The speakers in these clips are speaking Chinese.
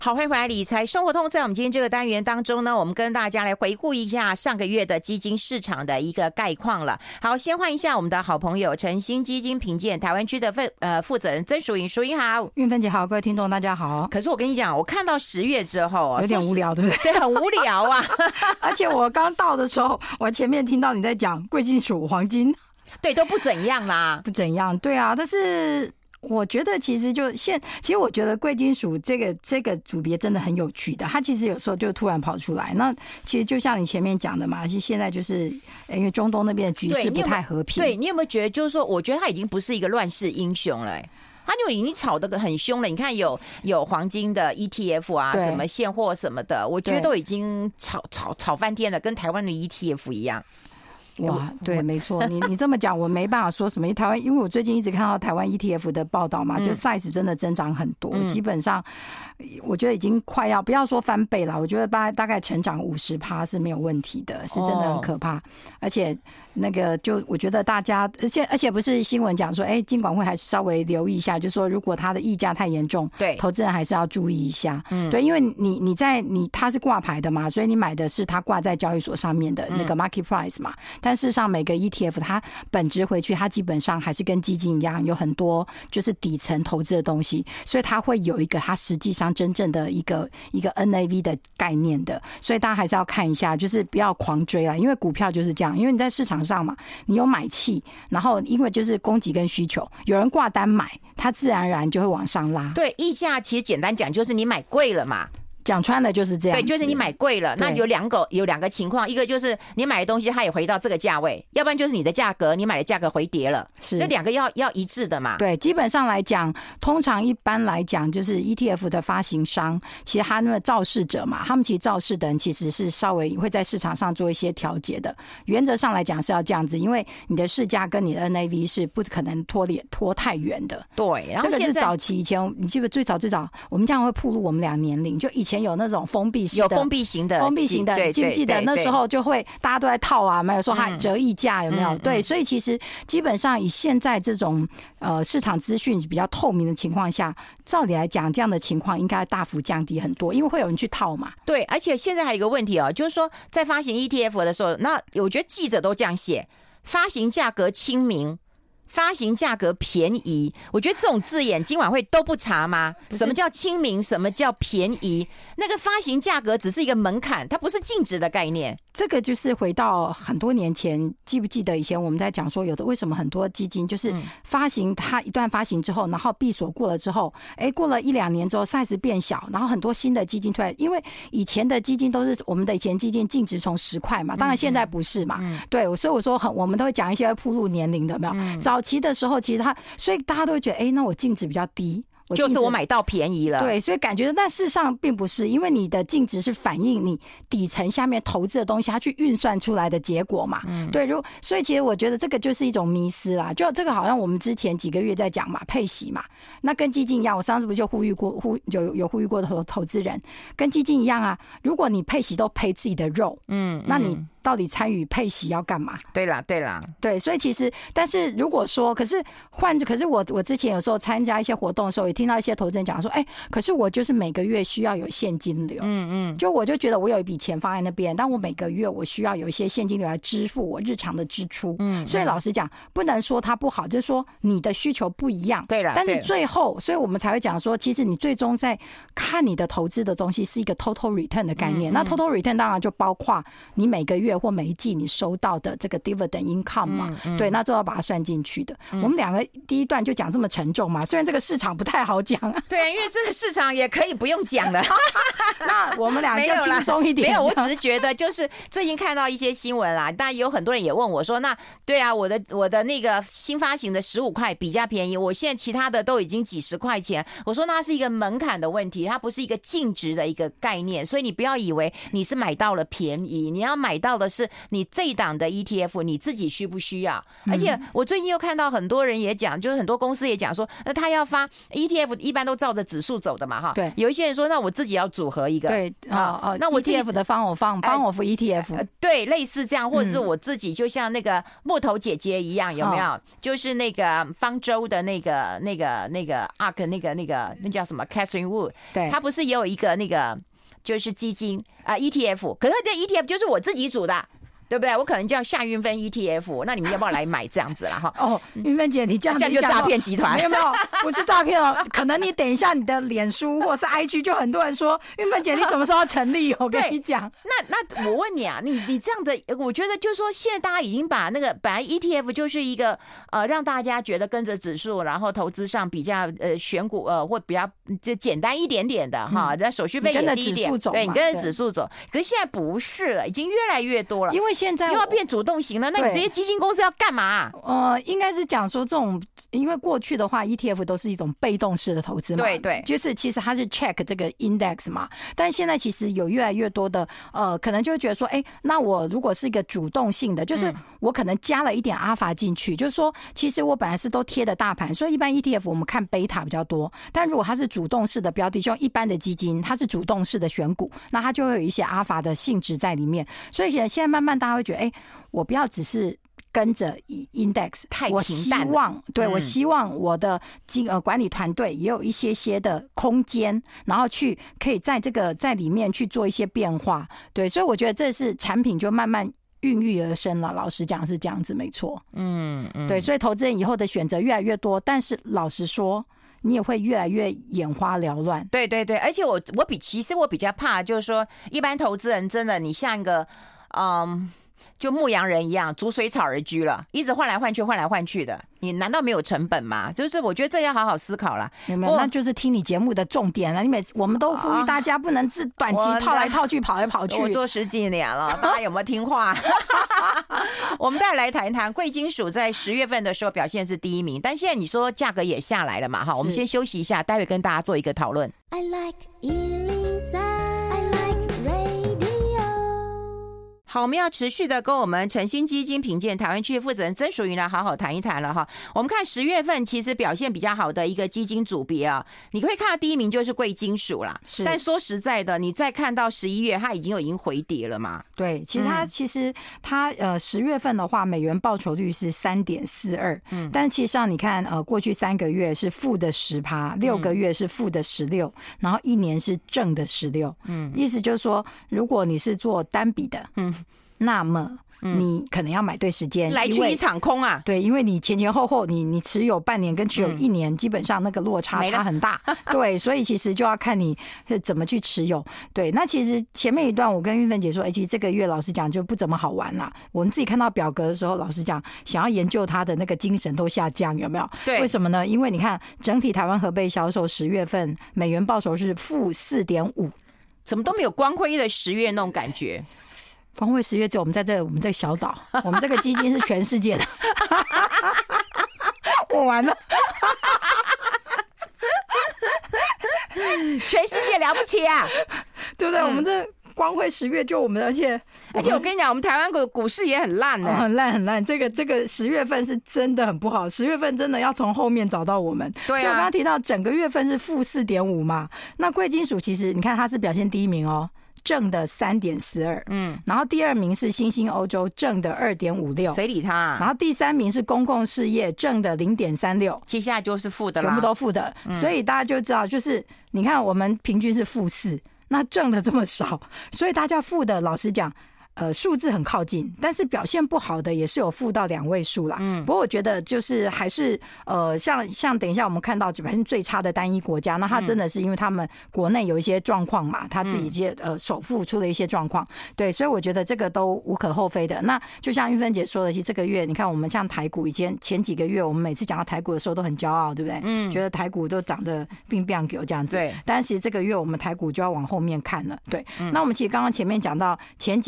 好，欢迎回来理财生活通。在我们今天这个单元当中呢，我们跟大家来回顾一下上个月的基金市场的一个概况了。好，先换一下我们的好朋友晨星基金评鉴台湾区的负责人曾淑莹，淑莹好。 韵芬姐好，各位听众大家好。 可是我跟你讲，我看到10月之后有点无聊，对不对？ 对，很无聊啊。 而且我刚到的时候，我前面听到你在讲贵金属、黄金， 对，都不怎样啦， 不怎样，对啊，但是。我觉得其实其实我觉得贵金属这个组别真的很有趣的，它其实有时候就突然跑出来。那其实就像你前面讲的嘛，现在就是因为中东那边的局势不太和平。 对，你有没有觉得就是说，我觉得它已经不是一个乱世英雄了。它就已经炒得很凶了，你看有黄金的 ETF 啊，什么现货什么的，我觉得都已经炒翻天了，跟台湾的 ETF 一样。 哇，对，没错，你这么讲，我没办法说什么。因为我最近一直看到台湾 ETF 的报道嘛，就 size 真的增长很多，基本上我觉得已经快要不要说翻倍了，我觉得大概成长50%是没有问题的，是真的很可怕。而且那个我觉得大家，而且不是新闻讲说，金管会还是稍微留意一下，就是说如果它的溢价太严重，对，投资人还是要注意一下。对，因为它是挂牌的嘛，所以你买的是它挂在交易所上面的那个 market price 嘛。但事实上，每个 ETF 它本质回去，它基本上还是跟基金一样，有很多就是底层投资的东西，所以它会有一个它实际上真正的一个 NAV 的概念的，所以大家还是要看一下，就是不要狂追啦，因为股票就是这样，因为你在市场上嘛，你有买气，然后因为就是供给跟需求，有人挂单买，它自然而然就会往上拉。 对，溢价其实简单讲就是你买贵了嘛。 讲穿了就是这样， 对，就是你买贵了，那有两个情况，一个就是你买的东西它也回到这个价位，要不然就是你的价格，你买的价格回跌了，是这两个要一致的嘛？ 对，基本上来讲，通常一般来讲，就是 ETF 的发行商，其实他们造市者嘛，他们其实造市的人其实是稍微会在市场上做一些调节的，原则上来讲是要这样子，因为你的市价跟你的 NAV 是不可能拖太远的。 对，然后这个是早期以前，你记不最早我们这样会暴露我们俩年龄，就以前有那种封闭型的，你记不记得那时候就会大家都在套啊，没有说它折溢价有没有？对，所以其实基本上以现在这种市场资讯比较透明的情况下，照理来讲，这样的情况应该大幅降低很多，因为会有人去套嘛。 对，而且现在还有一个问题就是说在发行 ETF 的时候，那我觉得记者都这样写，发行价格亲民。发行价格便宜，我觉得这种字眼金管会都不查吗？什么叫亲民，什么叫便宜？那个发行价格只是一个门槛，它不是净值的概念。 这个就是回到很多年前，记不记得以前我们在讲说，有的为什么很多基金就是发行它一段发行之后，然后闭锁过了之后，过了1-2年之后 size 变小，然后很多新的基金出来，因为以前的基金都是我们的以前基金净值从10块嘛，当然现在不是嘛，对，所以我说我们都会讲一些暴露年龄的，有没有？早期的时候其实所以大家都会觉得那我净值比较低， 就是我买到便宜了。 对，所以感觉但事实上并不是，因为你的净值是反映你底层下面投资的东西它去运算出来的结果嘛。对，所以其实我觉得这个就是一种迷思啦，就这个好像我们之前几个月在讲嘛，配息嘛，那跟基金一样，我上次不是就呼吁过有呼吁过的投资人跟基金一样啊，如果你配息都赔自己的肉，那你到底参与配息要干嘛？ 对啦， 对，所以其实，但是如果说，可是我之前有时候参加一些活动的时候，也听到一些投资人讲说，可是我就是每个月需要有现金流，就我就觉得我有一笔钱放在那边，但我每个月我需要有一些现金流来支付我日常的支出，所以老实讲，不能说它不好，就是说你的需求不一样， 对了， 但是最后，所以我们才会讲说，其实你最终在看你的投资的东西是一个 total return 的概念，那 total return 当然就包括你每个月或每一季你收到的这个 dividend income 嘛，对，那就要把它算进去的。我们两个第一段就讲这么沉重嘛，虽然这个市场不太好讲， 对，因为这个市场也可以不用讲的。 那我们俩就轻松一点。 没有，我只是觉得就是最近看到一些新闻啦，但有很多人也问我说，那对啊，我的那个新发行的15块比较便宜，我现在其他的都已经几十块钱。我说那是一个门槛的问题，它不是一个净值的一个概念，所以你不要以为你是买到了便宜，你要买到的是你这一档的 ETF 你自己需不需要。而且我最近又看到很多人也讲，就是很多公司也讲说，那他要发 ETF 一般都照着指数走的嘛，哈。 对。 有一些人说，那我自己要组合一个。 对那我 ETF 的方of ETF， 对，类似这样，或者是我自己就像那个木头姐姐一样，有没有？就是那个方舟的那个 ARK 那叫什么 Catherine Wood， 对， 他不是也有一个那个就是基金ETF， 可是这 ETF 就是我自己组的。对不对？我可能叫夏运芬 ETF， 那你们要不要来买这样子啦？哈哦，运芬姐，你这样就诈骗集团？ 没有，不是诈骗哦。可能你等一下你的脸书或是 IG 就很多人说，运芬姐你什么时候要成立？我跟你讲， 那我问你啊，你这样的，我觉得就是说，现在大家已经把那个本来 ETF 就是一个让大家觉得跟着指数，然后投资上比较选股或比较就简单一点点的哈，那手续费也低一点，对，你跟着指数走。可是现在不是了，已经越来越多了， 因为现在又要变主动型了，那你这些基金公司要干嘛？ 应该是讲说这种，因为过去的话 ETF 都是一种被动式的投资嘛， 对， 就是其实它是 check 这个 index 嘛，但现在其实有越来越多的可能就会觉得说，那我如果是一个主动性的，就是我可能加了一点阿法进去，就是说其实我本来是都贴的大盘，所以一般 ETF 我们看贝塔比较多，但如果它是主动式的标的，就像一般的基金，它是主动式的选股，那它就会有一些阿法的性质在里面，所以现在慢慢大家会觉得，我不要只是跟着 index， 太平淡了。 我希望我的管理团队也有一些的空间，然后可以在里面去做一些变化。对，所以我觉得这是产品就慢慢孕育而生了。老实讲是这样子，没错。对，所以投资人以后的选择越来越多，但是老实说，你也会越来越眼花缭乱。 对，而且其实我比较怕，就是说一般投资人真的，你像一个就牧羊人一样，逐水草而居了，一直换来换去的，你难道没有成本吗？就是我觉得这要好好思考啦。 有没有？那就是听你节目的重点了。我们都呼吁大家不能是短期套来套去、跑来跑去。 我做10几年了，大家有没有听话？我们再来谈一谈贵金属在10月份的时候表现是第一名，但现在你说价格也下来了嘛？哈，我们先休息一下，待会跟大家做一个讨论。I like 好，我们要持续的跟我们诚兴基金评鉴台湾区负责人曾淑云来好好谈一谈了哈。我们看10月份其实表现比较好的一个基金组别啊，你可以看到第一名就是贵金属啦。但说实在的，你再看到11月，它已经回跌了嘛？ 对，其实它10月份的话，美元报酬率是 3.42，但其实上你看过去3个月是负的10%，6个月是负的16%，然后1年是正的16%。意思就是说，如果你是做单笔的，那么你可能要买对时间， 来去一场空啊！ 对，因为你前后你持有半年跟持有1年，基本上那个落差很大。对，所以其实就要看你怎么去持有。对，那其实前面一段我跟运芬姐说，其实这个月老实讲就不怎么好玩啦。我们自己看到表格的时候，老实讲，想要研究它的那个精神都下降，有没有？ 对， 为什么呢？因为你看整体台湾核备销售10月份美元报酬是负 4.5， 怎么都没有光辉的10月那种感觉。 光辉10月只有我们在这个小岛，我们这个基金是全世界的。我完了。 全世界了不起啊， 对不对？我们这光辉10月就我们，而且我跟你讲，我们台湾股市也很烂的， 很烂。这个10月份是真的很不好，10月份真的要从后面找到我们。 对啊， 就我刚刚提到整个月份是负 4.5 嘛，那贵金属其实你看它是表现第一名哦。正的 3.42， 然后第2名是新兴欧洲正的 2.56， 谁理他啊？ 然后第3名是公共事业正的 0.36， 接下来就是负的啦， 全部都负的，所以大家就知道，就是你看我们平均是负4，那正的这么少，所以大家负的老实讲数字很靠近，但是表现不好的也是有负到2位数啦。不过我觉得就是还是像等一下我们看到表现最差的单一国家，那它真的是因为他们国内有一些状况嘛，他自己首富出了一些状况，对，所以我觉得这个都无可厚非的。那就像玉芬姐说的，其实这个月你看我们像台股，前几个月我们每次讲到台股的时候都很骄傲，对不对？觉得台股都涨得并不给这样子。对，但是其实这个月我们台股就要往后面看了。对，那我们其实刚刚前面讲到前几名基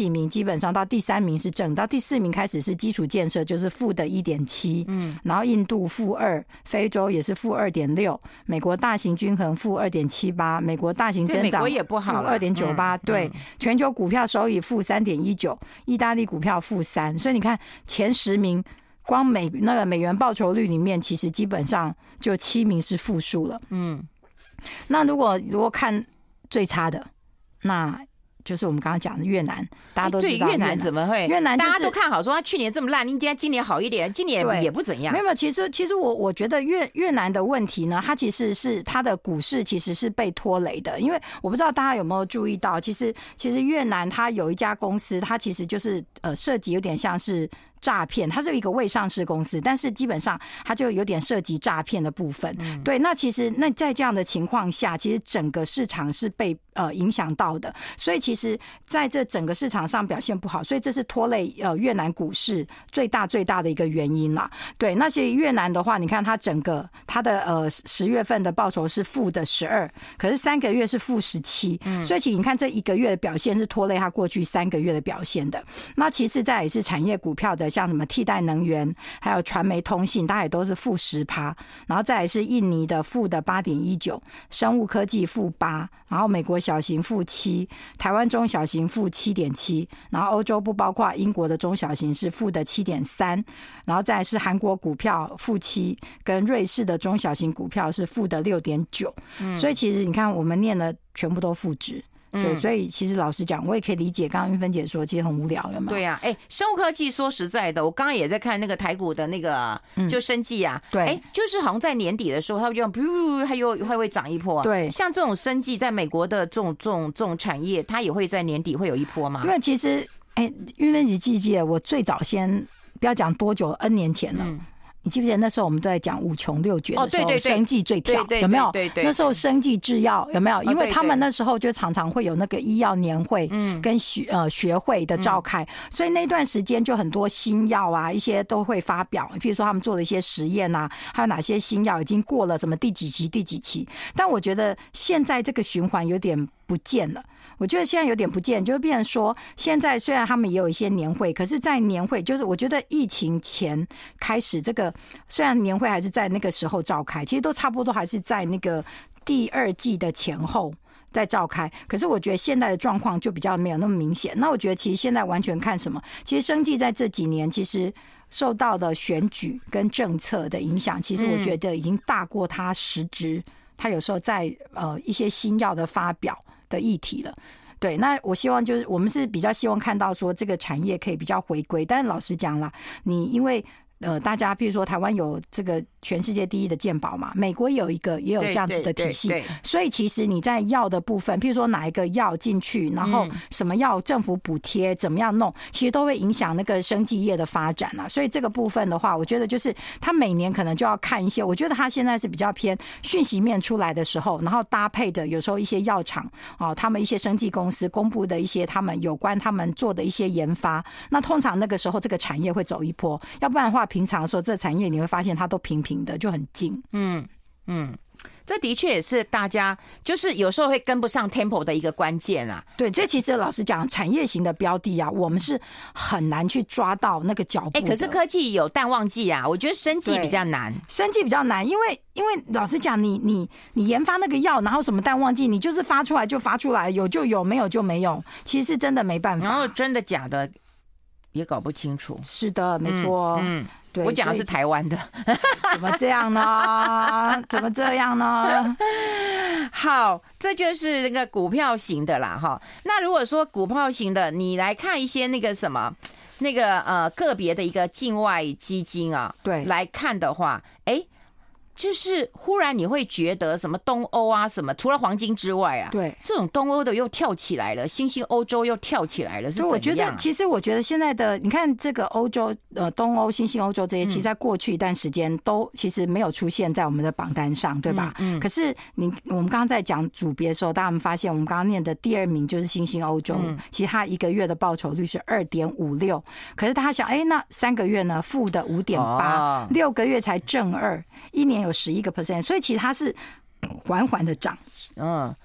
基本上到第3名是正，到第4名开始是基础建设，就是负的 1.7，然后印度负2，非洲也是负 2.6， 美国大型均衡负 2.78， 美国大型增长美国也不好负 2.98， 对，全球股票收益负 3.19， 意大利股票负3，所以你看前10名光美元报酬率里面，其实基本上就7名是负数了。那如果看最差的，那就是我们刚刚讲的越南，大家都知道越南怎么会？ 越南、就是、 大家都看好说他去年这么烂，应该今年好一点，今年也不怎样。 没有，其实我觉得越南的问题呢，它其实是它的股市其实是被拖累的，因为我不知道大家有没有注意到，其实越南它有一家公司，它其实就是涉及有点像是诈骗，它是一个未上市公司，但是基本上它就有点涉及诈骗的部分。对，那其实在这样的情况下，其实整个市场是被影响到的，所以其实在这整个市场上表现不好，所以这是拖累越南股市最大的一个原因啦。对，那些越南的话，你看它整个它的10月份的报酬是负的12，可是3个月是负17，所以其实你看这1个月的表现是拖累它过去3个月的表现的。那其次再也是产业股票的，像什么替代能源，还有传媒通信，大概都是负10%，然后再来是印尼的负的 8.19， 生物科技负8，然后美国小型负7，台湾中小型负7.7，然后欧洲不包括英国的中小型是负的7.3，然后再来是韩国股票负7，跟瑞士的中小型股票是负的6.9，所以其实你看我们念的全部都负值。对，所以其实老实讲，我也可以理解刚刚韵芬姐说，其实很无聊，有没有？ 对啊，生物科技说实在的，我刚刚也在看那个台股的那个就生技啊， 对， 就是好像在年底的时候，它就还会涨一波。 对， 像这种生技在美国的这种产业，它也会在年底会有一波吗？ 对，其实韵芬姐记不记得我最早先不要讲多久 N 年前了。你记不记得那时候我们都在讲5穷6绝的时候，生技最跳，有没有？那时候生技制药有没有？因为他们那时候就常常会有那个医药年会跟学会的召开，所以那段时间就很多新药啊，一些都会发表，譬如说他们做的一些实验啊，还有哪些新药已经过了什么第几期。但我觉得现在这个循环有点不见了。我觉得现在有点不见，就变成说，现在虽然他们也有一些年会，可是在年会，就是我觉得疫情前开始，这个虽然年会还是在那个时候召开，其实都差不多还是在那个第2季的前后在召开，可是我觉得现在的状况就比较没有那么明显。那我觉得其实现在完全看什么，其实生技在这几年其实受到的选举跟政策的影响，其实我觉得已经大过它实质，它有时候在一些新药的发表的议题了。对，那我希望就是我们是比较希望看到说这个产业可以比较回归，但是老实讲啦，你因为大家比如说台湾有这个全世界第1的健保嘛，美国也有这样子的体系，所以其实你在药的部分，譬如说哪一个药进去，然后什么药政府补贴怎么样弄，其实都会影响那个生技业的发展啊。所以这个部分的话，我觉得就是他每年可能就要看一些，我觉得他现在是比较偏讯息面出来的时候，然后搭配的有时候一些药厂他们一些生技公司公布的一些他们有关他们做的一些研发，那通常那个时候这个产业会走一波，要不然的话平常的时候这产业你会发现它都平平的，就很静。 这的确也是大家就是有时候会跟不上 tempo 的一个关键啊。 对，这其实老实讲，产业型的标的啊，我们是很难去抓到那个脚步的。 可是科技有淡旺季啊，我觉得生技比较难。 生技比较难，因为老实讲，你研发那个药，然后什么淡旺季，你就是发出来就发出来，有就有，没有就没有，其实是真的没办法。 然后真的假的也搞不清楚。 是的，没错。 对，我讲的是台湾的。 怎么这样呢？怎么这样呢？ 好，这就是那个股票型的啦哈。那如果说股票型的，你来看一些那个什么那个个别的一个境外基金啊， 对， 来看的话，就是忽然你会觉得什么东欧啊什么，除了黄金之外啊， 对， 这种东欧的又跳起来了，新兴欧洲又跳起来了，是怎么样？ 其实我觉得现在的你看这个欧洲东欧、新兴欧洲这些，其实在过去一段时间都其实没有出现在我们的榜单上，对吧？可是我们刚刚在讲组别的时候，大家发现我们刚刚念的第2名就是新兴欧洲，其实它1个月的报酬率是 2.56， 可是他想那3个月呢负的 5.8， 6个月才正2，1年有11%，所以其实它是缓缓的涨。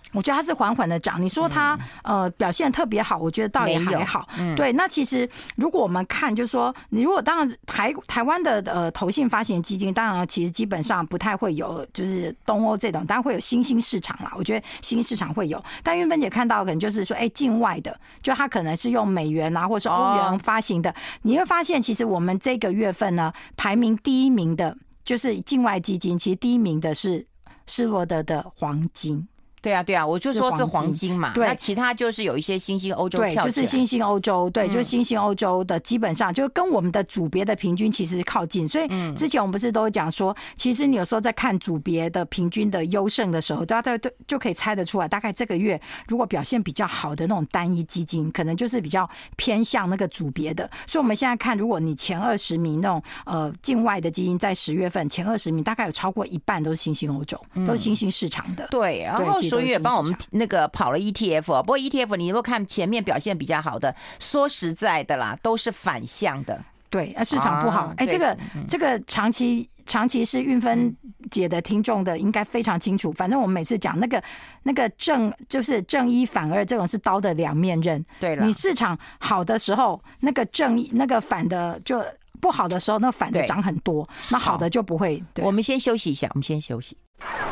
我觉得它是缓缓的涨。你说它表现特别好，我觉得倒也还好。对，那其实如果我们看，就是说，你如果当然台湾的投信发行基金，当然其实基本上不太会有，就是东欧这种，当然会有新兴市场啦。我觉得新兴市场会有，但韵芬姐看到可能就是说，境外的，就它可能是用美元啊，或是欧元发行的，你会发现其实我们这个月份呢，排名第一名的就是境外基金，其实第一名的是施罗德的黄金。 对啊，我就说是黄金嘛。对，那其他就是有一些新兴欧洲跳起来， 对，就是新兴欧洲，对，就是新兴欧洲的基本上就跟我们的组别的平均其实靠近。所以之前我们不是都讲说，其实你有时候在看组别的平均的优胜的时候，大家就可以猜得出来，大概这个月如果表现比较好的那种单一基金，可能就是比较偏向那个组别的。所以我们现在看，如果你前20名那种境外的基金在10月份前20名，大概有超过一半都是新兴欧洲，都是新兴市场的。 对，然后所以也帮我们那个跑了 ETF， 不过 ETF 你如果看前面表现比较好的，说实在的啦，都是反向的。 对，市场不好。这个长期是韵芬姐的听众的应该非常清楚。反正我们每次讲那个就是正一反二，这种是刀的两面刃。对了，你市场好的时候，那个正一那个反的就不好的时候，那反的涨很多，那好的就不会。 我们先休息一下，我们先休息。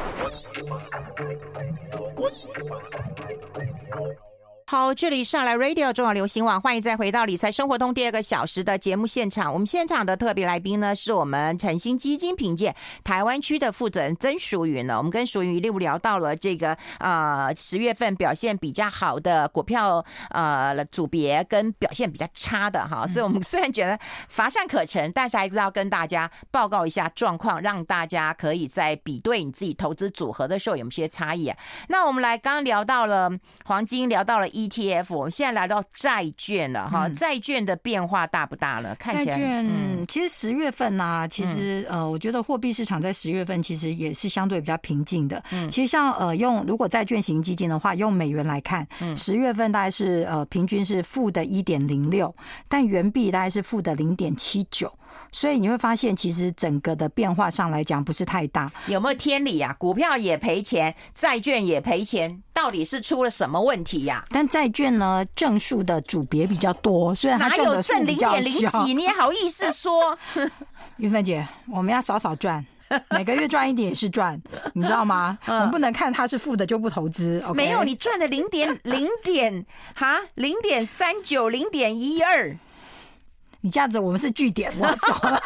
好，这里是来 Radio 中央流行网，欢迎再回到理财生活通第2个小时的节目现场。我们现场的特别来宾呢，是我们晨星基金评鉴台湾区的负责人曾淑云呢。我们跟淑云一路聊到了这个10月份表现比较好的股票组别跟表现比较差的哈，所以我们虽然觉得乏善可陈，但是还是要跟大家报告一下状况，让大家可以在比对你自己投资组合的时候有没有些差异。那我们来刚刚聊到了黄金，聊到了ETF， 我们现在来到债券了哈，债券的变化大不大了？看起来， 债券其实10月份啊，其实我觉得货币市场在10月份其实也是相对比较平静的。其实像如果债券型基金的话，用美元来看，10月份大概是平均是负的 1.06， 但元币大概是负的 0.79。所以你会发现，其实整个的变化上来讲不是太大。 有没有天理啊？股票也赔钱，债券也赔钱，到底是出了什么问题呀？ 但债券呢，正数的组别比较多，虽然它哪有正0.0几，你也好意思说？ 韵芬姐，我们要少赚。每个月赚一点也是赚，你知道吗？我们不能看它是负的就不投资。Okay? 没有，你赚的0.39、0.12。 你这样子，我们是据点，我要走了。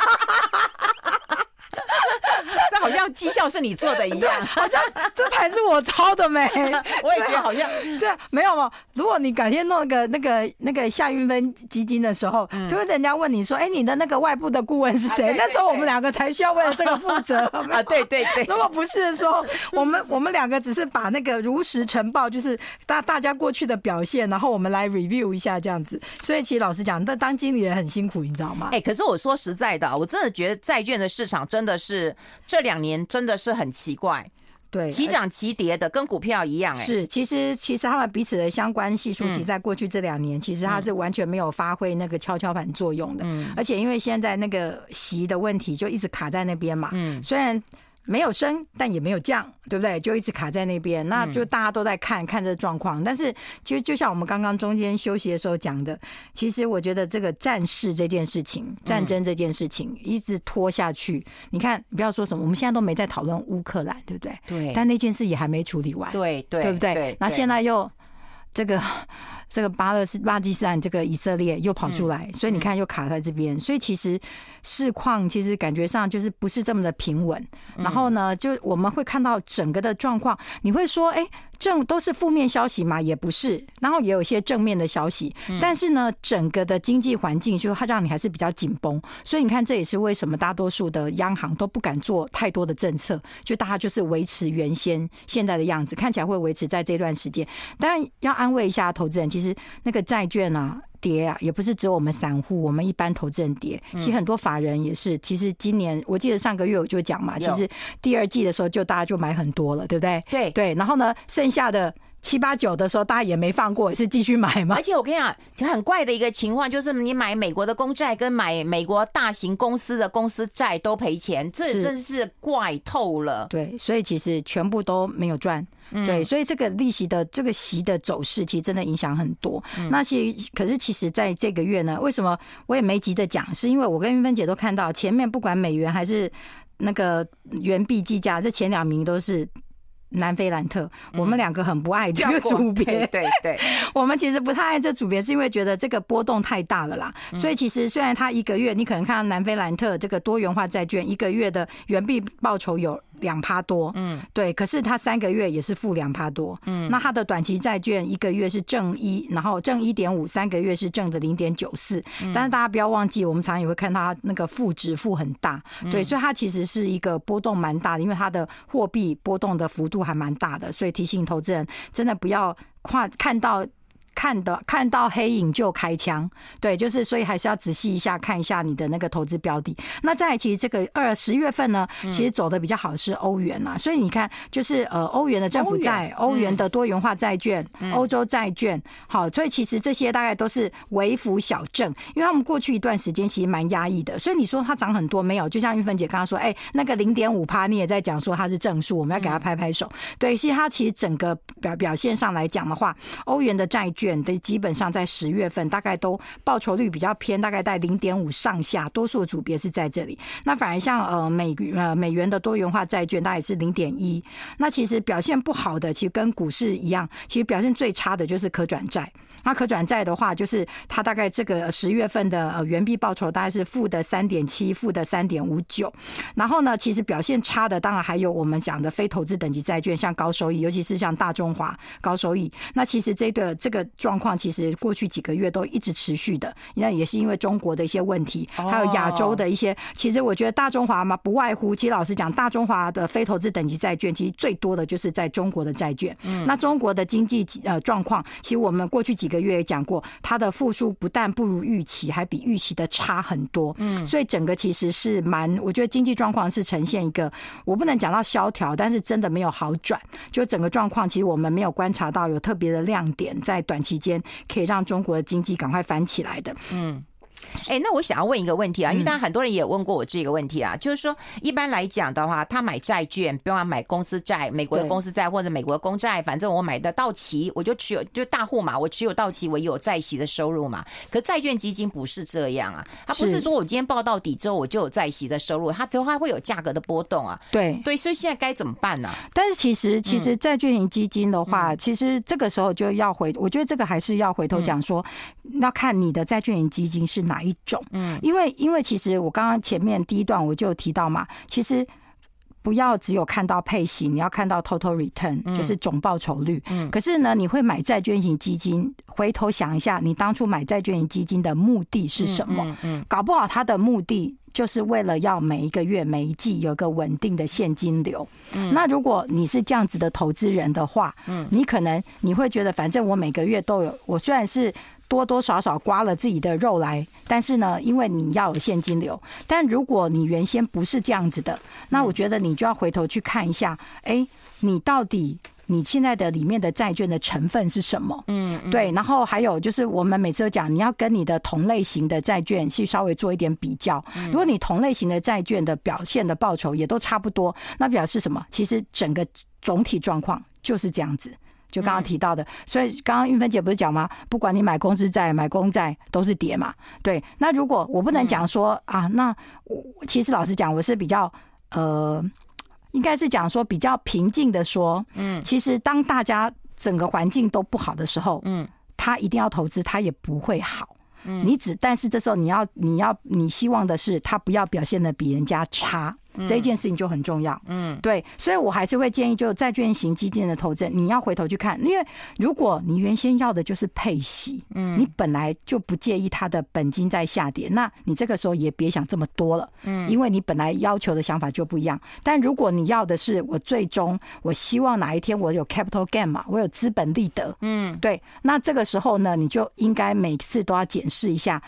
这好像绩效是你做的一样， 好像这牌是我抄的没？ 我也觉得好像这样没有嘛。如果你改天弄那个夏韵芬基金的时候，就是人家问你说，你的那个外部的顾问是谁？那时候我们两个才需要为了这个负责啊。对对对， 如果不是的时候，我们两个只是把那个如实呈报，就是大家过去的表现，然后我们来 review 一下这样子。所以其实老实讲，当经理人很辛苦，你知道吗？ 可是我说实在的，我真的觉得债券的市场真的是这2年真的是很奇怪， 对， 齐涨齐跌的，跟股票一样。 是，其实他们彼此的相关系数，其实在过去这2年，其实它是完全没有发挥那个跷跷板作用的。而且因为现在那个息的问题就一直卡在那边嘛，虽然没有升，但也没有降，对不对？就一直卡在那边，那就大家都在看这状况。但是其实就像我们刚刚中间休息的时候讲的，其实我觉得这个战事这件事情，战争这件事情一直拖下去。你看，你不要说什么，我们现在都没在讨论乌克兰，对不对？ 对。 但那件事也还没处理完， 对不对？那现在又这个巴基斯坦这个以色列又跑出来，所以你看又卡在这边，所以其实市况其实感觉上就是不是这么的平稳。然后呢，就我们会看到整个的状况，你会说，都是负面消息嘛？也不是，然后也有一些正面的消息，但是呢，整个的经济环境就让你还是比较紧绷。所以你看，这也是为什么大多数的央行都不敢做太多的政策，就大家就是维持原先现在的样子，看起来会维持在这段时间。当然要安慰一下投资人，其实那个债券啊跌啊，也不是只有我们散户，我们一般投资人跌，其实很多法人也是。其实今年我记得上个月我就讲嘛，其实第2季的时候就大家就买很多了，对不对？ 对， 然后呢，剩下的 7、8、9的时候，大家也没放过，也是继续买嘛。 而且我跟你讲，很怪的一个情况就是，你买美国的公债跟买美国大型公司的公司债都赔钱，这真是怪透了。 对，所以其实全部都没有赚。对，所以这个利息的这个息的走势，其实真的影响很多。那可是其实在这个月呢，为什么我也没急着讲？是因为我跟玉芬姐都看到前面不管美元还是那个元币计价，这前2名都是南非兰特，我们2个很不爱这个组别， 对， 我们其实不太爱这组别，是因为觉得这个波动太大了啦。所以其实虽然它一个月，你可能看到南非兰特这个多元化债券一个月的元币报酬有2%多，对，可是它3个月也是负2%多，那它的短期债券一个月是正1，然后正 1.5，3个月是正的 0.94，但是大家不要忘记，我们常常也会看到它那个负值负很大，对，所以它其实是一个波动蛮大的，因为它的货币波动的幅度还蛮大的，所以提醒投资人真的不要看到黑影就开枪，对，就是所以还是要仔细一下看一下你的那个投资标的。那再来其实这个10月份呢，其实走的比较好是欧元啦，所以你看就是欧元的政府债、欧元的多元化债券、欧洲债券，好，所以其实这些大概都是微幅小正，因为他们过去一段时间其实蛮压抑的，所以你说它涨很多没有？就像玉芬姐刚刚说，那个 0.5% 你也在讲说它是正数，我们要给它拍拍手。对，其实它其实整个表现上来讲的话，欧元的债券的基本上在10月份大概都报酬率比较偏，大概在 0.5 上下，多数的组别是在这里。那反而像美元的多元化债券大概是 0.1， 那其实表现不好的其实跟股市一样，其实表现最差的就是可转债。那可转债的话，就是它大概这个10月份的元币报酬大概是负的 3.7， 负的 3.59。然后呢，其实表现差的当然还有我们讲的非投资等级债券，像高收益，尤其是像大中华高收益。那其实这个状况其实过去几个月都一直持续的，那也是因为中国的一些问题，还有亚洲的一些。其实我觉得大中华嘛，不外乎，其实老实讲，大中华的非投资等级债券，其实最多的就是在中国的债券。那中国的经济状况，其实我们过去几个月也讲过，它的复苏不但不如预期，还比预期的差很多。所以整个其实是我觉得经济状况是呈现一个，我不能讲到萧条，但是真的没有好转。就整个状况，其实我们没有观察到有特别的亮点，在短期间可以让中国的经济赶快翻起来的。 那我想要问一个问题啊，因为当然很多人也问过我这个问题啊，就是说一般来讲的话，他买债券，不用买公司债，美国的公司债或者美国的公债，反正我买的到期，我就持有，就大户嘛，我持有到期，我有债息的收入嘛。可债券基金不是这样啊，它不是说我今天报到底之后我就有债息的收入，它之后它会有价格的波动啊。对，所以现在该怎么办呢？ 但是其实债券型基金的话，其实这个时候就要我觉得这个还是要回头讲说，要看你的债券型基金是哪一种。因为其实我刚刚前面第一段我就有提到嘛，其实不要只有看到配息，你要看到 total return， 就是总报酬率。可是呢，你会买债券型基金，回头想一下，你当初买债券型基金的目的是什么？搞不好它的目的就是为了要每一个月每一季有个稳定的现金流。那如果你是这样子的投资人的话，你可能你会觉得反正我每个月都有，我虽然是多多少少刮了自己的肉来，但是呢，因为你要有现金流。但如果你原先不是这样子的，那我觉得你就要回头去看一下，你到底你现在的里面的债券的成分是什么？对。然后还有就是我们每次都讲，你要跟你的同类型的债券去稍微做一点比较。如果你同类型的债券的表现的报酬也都差不多，那表示什么？其实整个总体状况就是这样子。就刚刚提到的，所以刚刚玉芬姐不是讲吗？不管你买公司债、买公债都是跌嘛。对，那如果我不能讲说那其实老实讲，我是比较应该是讲说比较平静的说，其实当大家整个环境都不好的时候，他一定要投资，他也不会好。但是这时候你希望的是他不要表现得比人家差。这一件事情就很重要。对，所以我还是会建议，就债券型基金的投资，你要回头去看，因为如果你原先要的就是配息，你本来就不介意它的本金在下跌，那你这个时候也别想这么多了，因为你本来要求的想法就不一样。但如果你要的是我最终我希望哪一天我有 capital gain 嘛，我有资本利得，对，那这个时候呢，你就应该每次都要检视一下。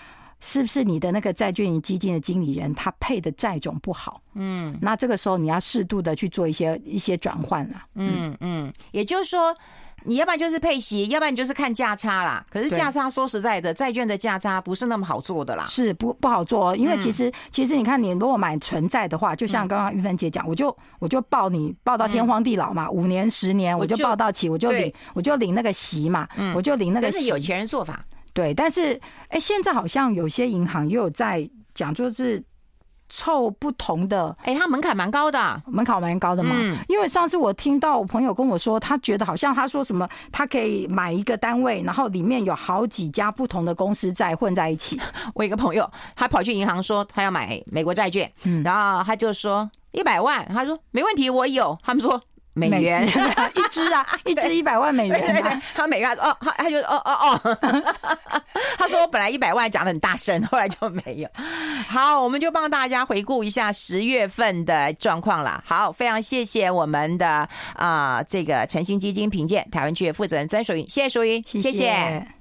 是不是你的那个债券型基金的经理人他配的债种不好？那这个时候你要适度的去做一些转换啦。 也就是说，你要不然就是配息，要不然你就是看价差啦。可是价差说实在的，债券的价差不是那么好做的啦， 是不好做，因为其实你看，你如果买纯债的话，就像刚刚玉芬姐讲，我就抱你抱到天荒地老嘛，5年10年我就抱到期，我就领那个息嘛，我就领那个息， 真是有钱人做法。 对，但是现在好像有些银行也有在讲，就是凑不同的， 它门槛蛮高的， 门槛蛮高的嘛。因为上次我听到我朋友跟我说，他觉得好像他说什么，他可以买一个单位，然后里面有好几家不同的公司债混在一起。 我有一个朋友，他跑去银行说他要买美国债券，然后他就说100万，他说没问题，我有。他们说美元一支啊，一支100万美元、啊。 对，他美元他就他说我本来100万讲得很大声，后来就没有。好，我们就帮大家回顾一下10月份的状况了。好，非常谢谢我们的这个诚信基金评鉴台湾区的负责人曾淑云，谢谢淑云，谢谢。